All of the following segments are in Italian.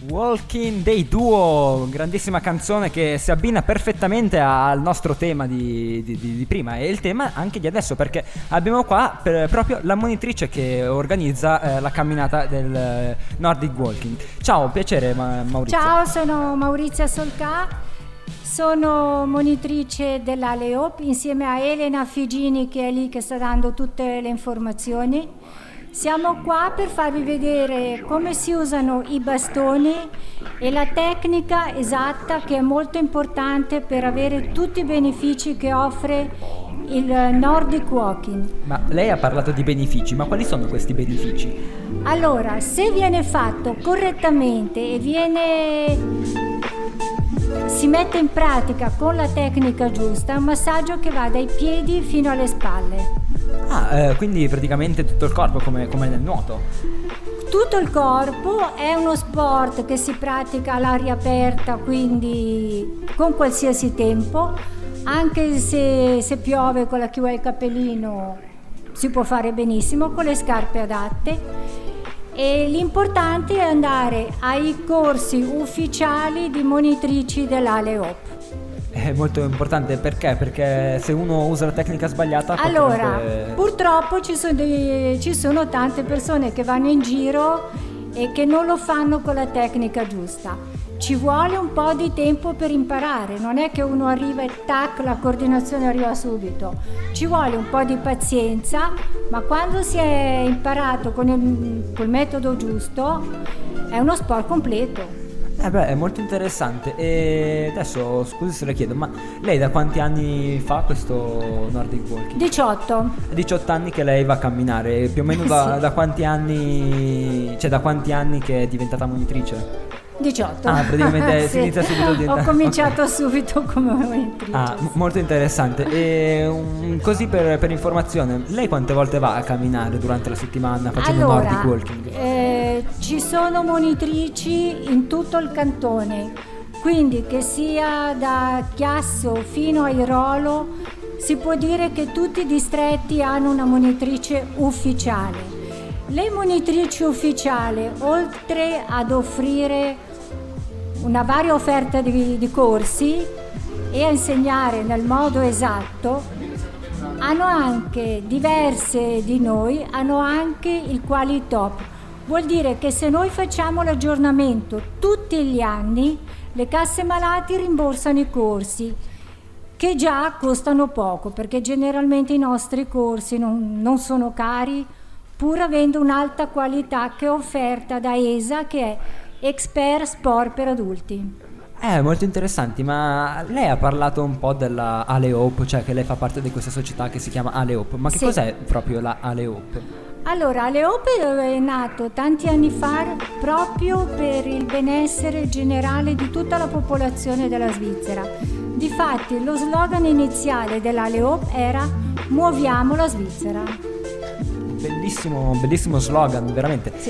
Walking dei Duo, grandissima canzone che si abbina perfettamente al nostro tema di prima e il tema anche di adesso, perché abbiamo qua proprio la monitrice che organizza la camminata del Nordic Walking. Ciao, piacere Maurizio. Ciao, sono Maurizia Solcà, sono monitrice dell'ALEOP insieme a Elena Figini che è lì che sta dando tutte le informazioni. Siamo qua per farvi vedere come si usano i bastoni e la tecnica esatta che è molto importante per avere tutti i benefici che offre il Nordic Walking. Ma lei ha parlato di benefici, ma quali sono questi benefici? Allora, se viene fatto correttamente e si mette in pratica con la tecnica giusta, è un massaggio che va dai piedi fino alle spalle. Quindi praticamente tutto il corpo come nel nuoto? Tutto il corpo, è uno sport che si pratica all'aria aperta, quindi con qualsiasi tempo, anche se piove con chi ha il cappellino si può fare benissimo con le scarpe adatte. E l'importante è andare ai corsi ufficiali di monitrici dell'ALEOP. È molto importante perché se uno usa la tecnica sbagliata allora purtroppo ci sono tante persone che vanno in giro e che non lo fanno con la tecnica giusta. Ci vuole un po' di tempo per imparare, non è che uno arriva e tac, la coordinazione arriva subito. Ci vuole un po' di pazienza, ma quando si è imparato col metodo giusto è uno sport completo. È molto interessante. E adesso scusi se le chiedo, ma lei da quanti anni fa questo Nordic Walking? 18. 18 anni che lei va a camminare, più o meno da quanti anni, cioè da quanti anni che è diventata monitrice? 18. Praticamente si inizia subito a diventare. Ho cominciato subito come monitrice. Molto interessante. E così per informazione, lei quante volte va a camminare durante la settimana facendo Nordic Walking? Ci sono monitrici in tutto il cantone, quindi che sia da Chiasso fino a Irolo, si può dire che tutti i distretti hanno una monitrice ufficiale. Le monitrici ufficiali, oltre ad offrire una varia offerta di corsi e a insegnare nel modo esatto, hanno anche, diverse di noi, hanno anche il quali top. Vuol dire che se noi facciamo l'aggiornamento tutti gli anni, le casse malati rimborsano i corsi, che già costano poco, perché generalmente i nostri corsi non sono cari, pur avendo un'alta qualità che è offerta da ESA, che è Expert Sport per adulti. Molto interessanti, ma lei ha parlato un po' della ALEOP, cioè che lei fa parte di questa società che si chiama ALEOP, ma che cos'è proprio la ALEOP? Allora, ALEOP è nato tanti anni fa proprio per il benessere generale di tutta la popolazione della Svizzera. Difatti lo slogan iniziale dell'ALEOP era "Muoviamo la Svizzera". Bellissimo slogan, veramente. Sì.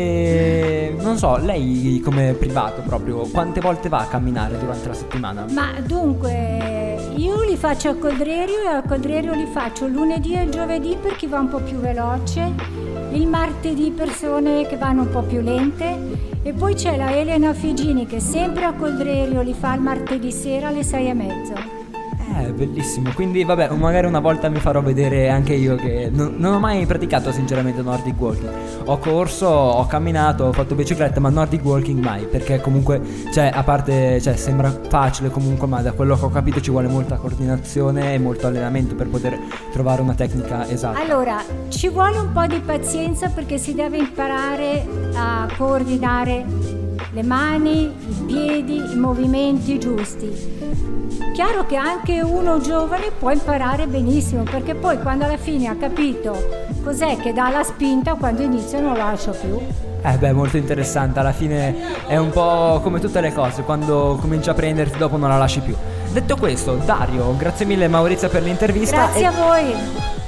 E non so, lei come privato proprio, quante volte va a camminare durante la settimana? Ma dunque, io li faccio a Coldrerio e a Coldrerio li faccio lunedì e giovedì per chi va un po' più veloce, il martedì persone che vanno un po' più lente, e poi c'è la Elena Figini che sempre a Coldrerio li fa il martedì sera alle 6:30. Bellissimo, quindi vabbè, magari una volta mi farò vedere anche io, che non ho mai praticato sinceramente Nordic Walking. Ho corso, ho camminato, ho fatto bicicletta, ma Nordic Walking mai, perché comunque, a parte, sembra facile comunque, ma da quello che ho capito ci vuole molta coordinazione e molto allenamento per poter trovare una tecnica esatta. Allora, ci vuole un po' di pazienza perché si deve imparare a coordinare le mani, i piedi, i movimenti giusti. Chiaro che anche uno giovane può imparare benissimo, perché poi quando alla fine ha capito cos'è che dà la spinta, quando inizia non lascia più. Molto interessante, alla fine è un po' come tutte le cose, quando cominci a prenderti dopo non la lasci più. Detto questo, Dario, grazie mille Maurizia per l'intervista. Grazie a voi.